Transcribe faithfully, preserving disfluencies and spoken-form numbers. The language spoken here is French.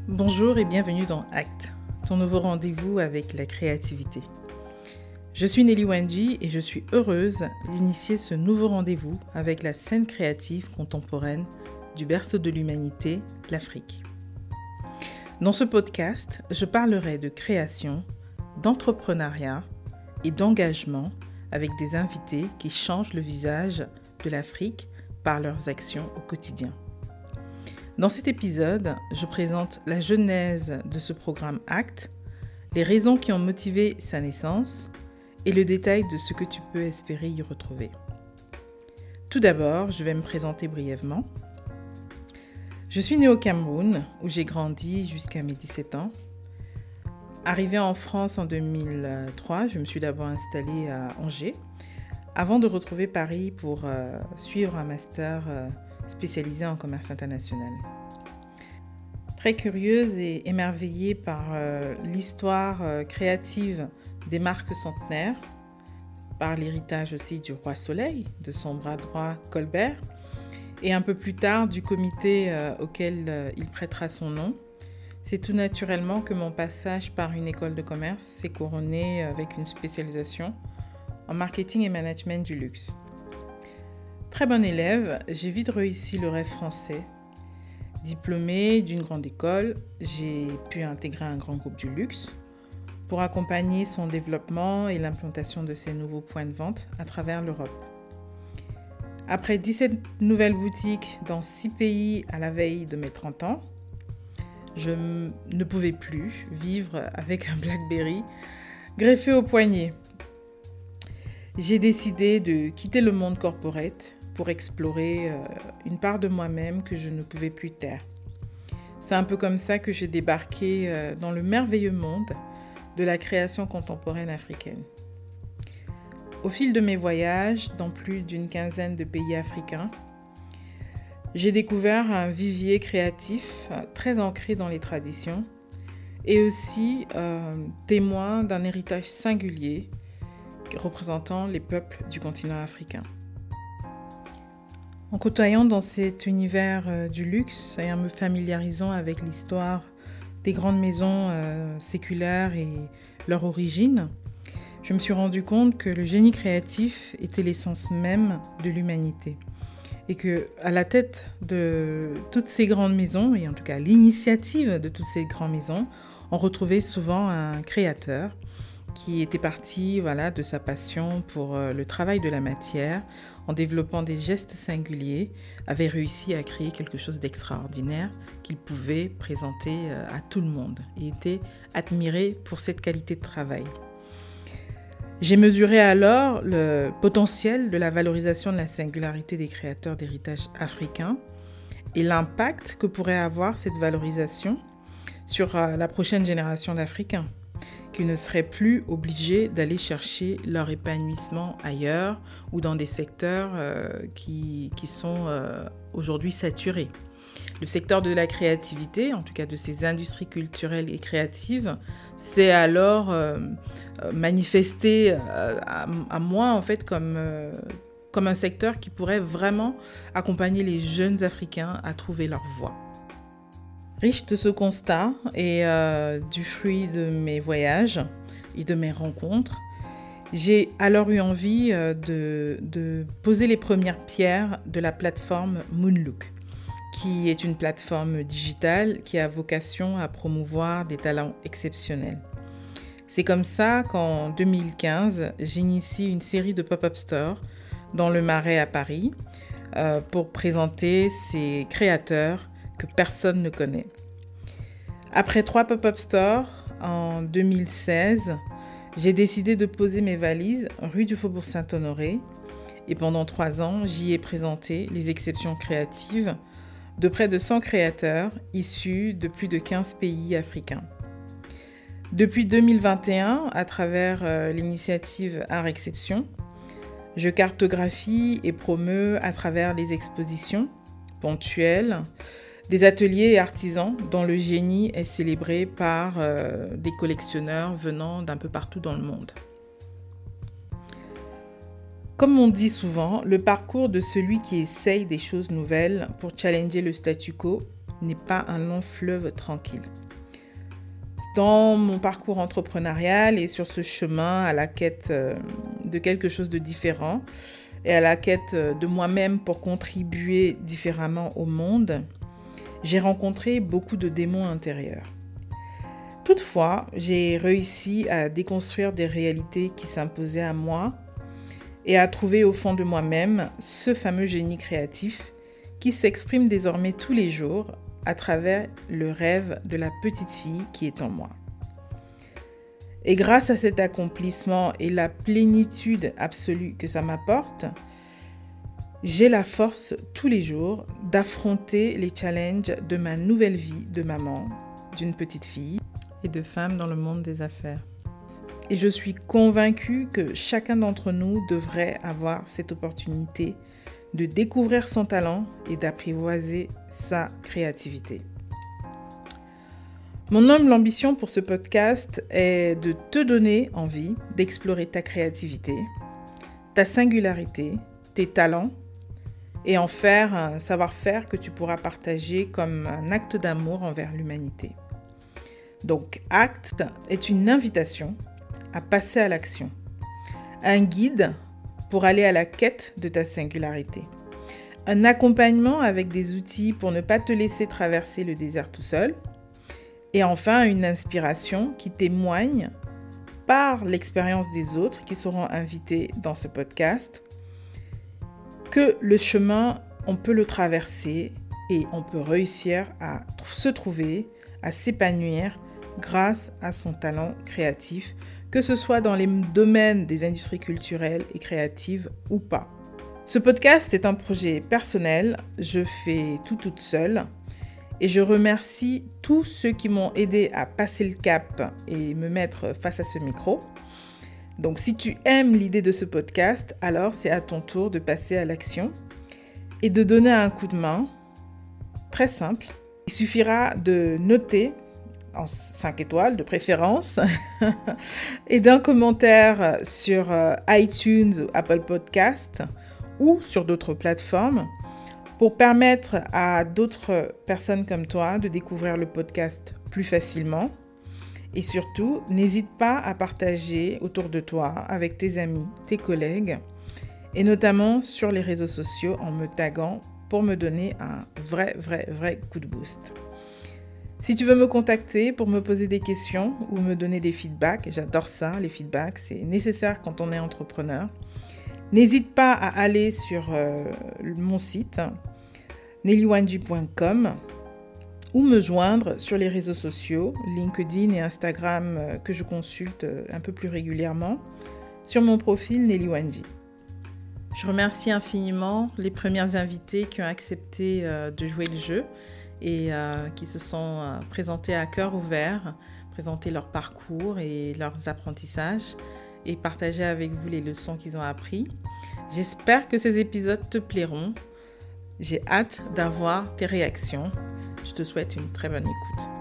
Bonjour et bienvenue dans Act, ton nouveau rendez-vous avec la créativité. Je suis Nelly Wendy et je suis heureuse d'initier ce nouveau rendez-vous avec la scène créative contemporaine du berceau de l'humanité, l'Afrique. Dans ce podcast, je parlerai de création, d'entrepreneuriat et d'engagement avec des invités qui changent le visage de l'Afrique par leurs actions au quotidien. Dans cet épisode, je présente la genèse de ce programme ACT, les raisons qui ont motivé sa naissance et le détail de ce que tu peux espérer y retrouver. Tout d'abord, je vais me présenter brièvement. Je suis née au Cameroun, où j'ai grandi jusqu'à mes dix-sept ans. Arrivée en France en deux mille trois, je me suis d'abord installée à Angers, avant de retrouver Paris pour euh, suivre un master euh, spécialisée en commerce international. Très curieuse et émerveillée par euh, l'histoire euh, créative des marques centenaires, par l'héritage aussi du roi Soleil, de son bras droit Colbert, et un peu plus tard du comité euh, auquel euh, il prêtera son nom, c'est tout naturellement que mon passage par une école de commerce s'est couronné avec une spécialisation en marketing et management du luxe. Très bonne élève, j'ai vite réussi le rêve français. Diplômée d'une grande école, j'ai pu intégrer un grand groupe du luxe pour accompagner son développement et l'implantation de ses nouveaux points de vente à travers l'Europe. Après dix-sept nouvelles boutiques dans six pays à la veille de mes trente ans, je m- ne pouvais plus vivre avec un BlackBerry greffé au poignet. J'ai décidé de quitter le monde corporate pour explorer euh, une part de moi-même que je ne pouvais plus taire. C'est un peu comme ça que j'ai débarqué euh, dans le merveilleux monde de la création contemporaine africaine. Au fil de mes voyages dans plus d'une quinzaine de pays africains, j'ai découvert un vivier créatif euh, très ancré dans les traditions et aussi euh, témoin d'un héritage singulier représentant les peuples du continent africain. En côtoyant dans cet univers euh, du luxe et en me familiarisant avec l'histoire des grandes maisons euh, séculaires et leur origine, je me suis rendu compte que le génie créatif était l'essence même de l'humanité. Et que à la tête de toutes ces grandes maisons, et en tout cas à l'initiative de toutes ces grandes maisons, on retrouvait souvent un créateur qui était parti voilà, de sa passion pour euh, le travail de la matière, en développant des gestes singuliers, avait réussi à créer quelque chose d'extraordinaire qu'il pouvait présenter euh, à tout le monde et était admiré pour cette qualité de travail. J'ai mesuré alors le potentiel de la valorisation de la singularité des créateurs d'héritage africain et l'impact que pourrait avoir cette valorisation sur euh, la prochaine génération d'Africains, qui ne seraient plus obligés d'aller chercher leur épanouissement ailleurs ou dans des secteurs euh, qui, qui sont euh, aujourd'hui saturés. Le secteur de la créativité, en tout cas de ces industries culturelles et créatives, s'est alors euh, manifesté euh, à, à moi en fait comme, euh, comme un secteur qui pourrait vraiment accompagner les jeunes Africains à trouver leur voie. Riche de ce constat et euh, du fruit de mes voyages et de mes rencontres, j'ai alors eu envie euh, de, de poser les premières pierres de la plateforme Moonlook, qui est une plateforme digitale qui a vocation à promouvoir des talents exceptionnels. C'est comme ça qu'en deux mille quinze, j'initie une série de pop-up stores dans le Marais à Paris euh, pour présenter ces créateurs que personne ne connaît. Après trois pop-up stores, en deux mille seize, j'ai décidé de poser mes valises rue du Faubourg Saint-Honoré et pendant trois ans, j'y ai présenté les exceptions créatives de près de cent créateurs issus de plus de quinze pays africains. Depuis deux mille vingt et un, à travers euh, l'initiative Art Exception, je cartographie et promeus à travers les expositions ponctuelles, des ateliers et artisans dont le génie est célébré par euh, des collectionneurs venant d'un peu partout dans le monde. Comme on dit souvent, le parcours de celui qui essaye des choses nouvelles pour challenger le statu quo n'est pas un long fleuve tranquille. Dans mon parcours entrepreneurial et sur ce chemin à la quête de quelque chose de différent et à la quête de moi-même pour contribuer différemment au monde, j'ai rencontré beaucoup de démons intérieurs. Toutefois, j'ai réussi à déconstruire des réalités qui s'imposaient à moi et à trouver au fond de moi-même ce fameux génie créatif qui s'exprime désormais tous les jours à travers le rêve de la petite fille qui est en moi. Et grâce à cet accomplissement et la plénitude absolue que ça m'apporte, j'ai la force tous les jours d'affronter les challenges de ma nouvelle vie de maman, d'une petite fille et de femme dans le monde des affaires. Et je suis convaincue que chacun d'entre nous devrait avoir cette opportunité de découvrir son talent et d'apprivoiser sa créativité. Mon humble ambition pour ce podcast est de te donner envie d'explorer ta créativité, ta singularité, tes talents et en faire un savoir-faire que tu pourras partager comme un acte d'amour envers l'humanité. Donc, ACT est une invitation à passer à l'action, un guide pour aller à la quête de ta singularité, un accompagnement avec des outils pour ne pas te laisser traverser le désert tout seul, et enfin une inspiration qui témoigne par l'expérience des autres qui seront invités dans ce podcast, que le chemin, on peut le traverser et on peut réussir à se trouver, à s'épanouir grâce à son talent créatif, que ce soit dans les domaines des industries culturelles et créatives ou pas. Ce podcast est un projet personnel, je fais tout toute seule et je remercie tous ceux qui m'ont aidé à passer le cap et me mettre face à ce micro. Donc si tu aimes l'idée de ce podcast, alors c'est à ton tour de passer à l'action et de donner un coup de main, très simple. Il suffira de noter en cinq étoiles de préférence et d'un commentaire sur iTunes ou Apple Podcast ou sur d'autres plateformes pour permettre à d'autres personnes comme toi de découvrir le podcast plus facilement. Et surtout, n'hésite pas à partager autour de toi avec tes amis, tes collègues et notamment sur les réseaux sociaux en me taguant pour me donner un vrai, vrai, vrai coup de boost. Si tu veux me contacter pour me poser des questions ou me donner des feedbacks, j'adore ça, les feedbacks, c'est nécessaire quand on est entrepreneur. N'hésite pas à aller sur euh, mon site nelly wanji point com ou me joindre sur les réseaux sociaux, LinkedIn et Instagram euh, que je consulte euh, un peu plus régulièrement, sur mon profil Nelly Wanji. Je remercie infiniment les premières invitées qui ont accepté euh, de jouer le jeu et euh, qui se sont euh, présentées à cœur ouvert, présenter leur parcours et leurs apprentissages et partager avec vous les leçons qu'ils ont appris. J'espère que ces épisodes te plairont. J'ai hâte d'avoir tes réactions. Je te souhaite une très bonne écoute.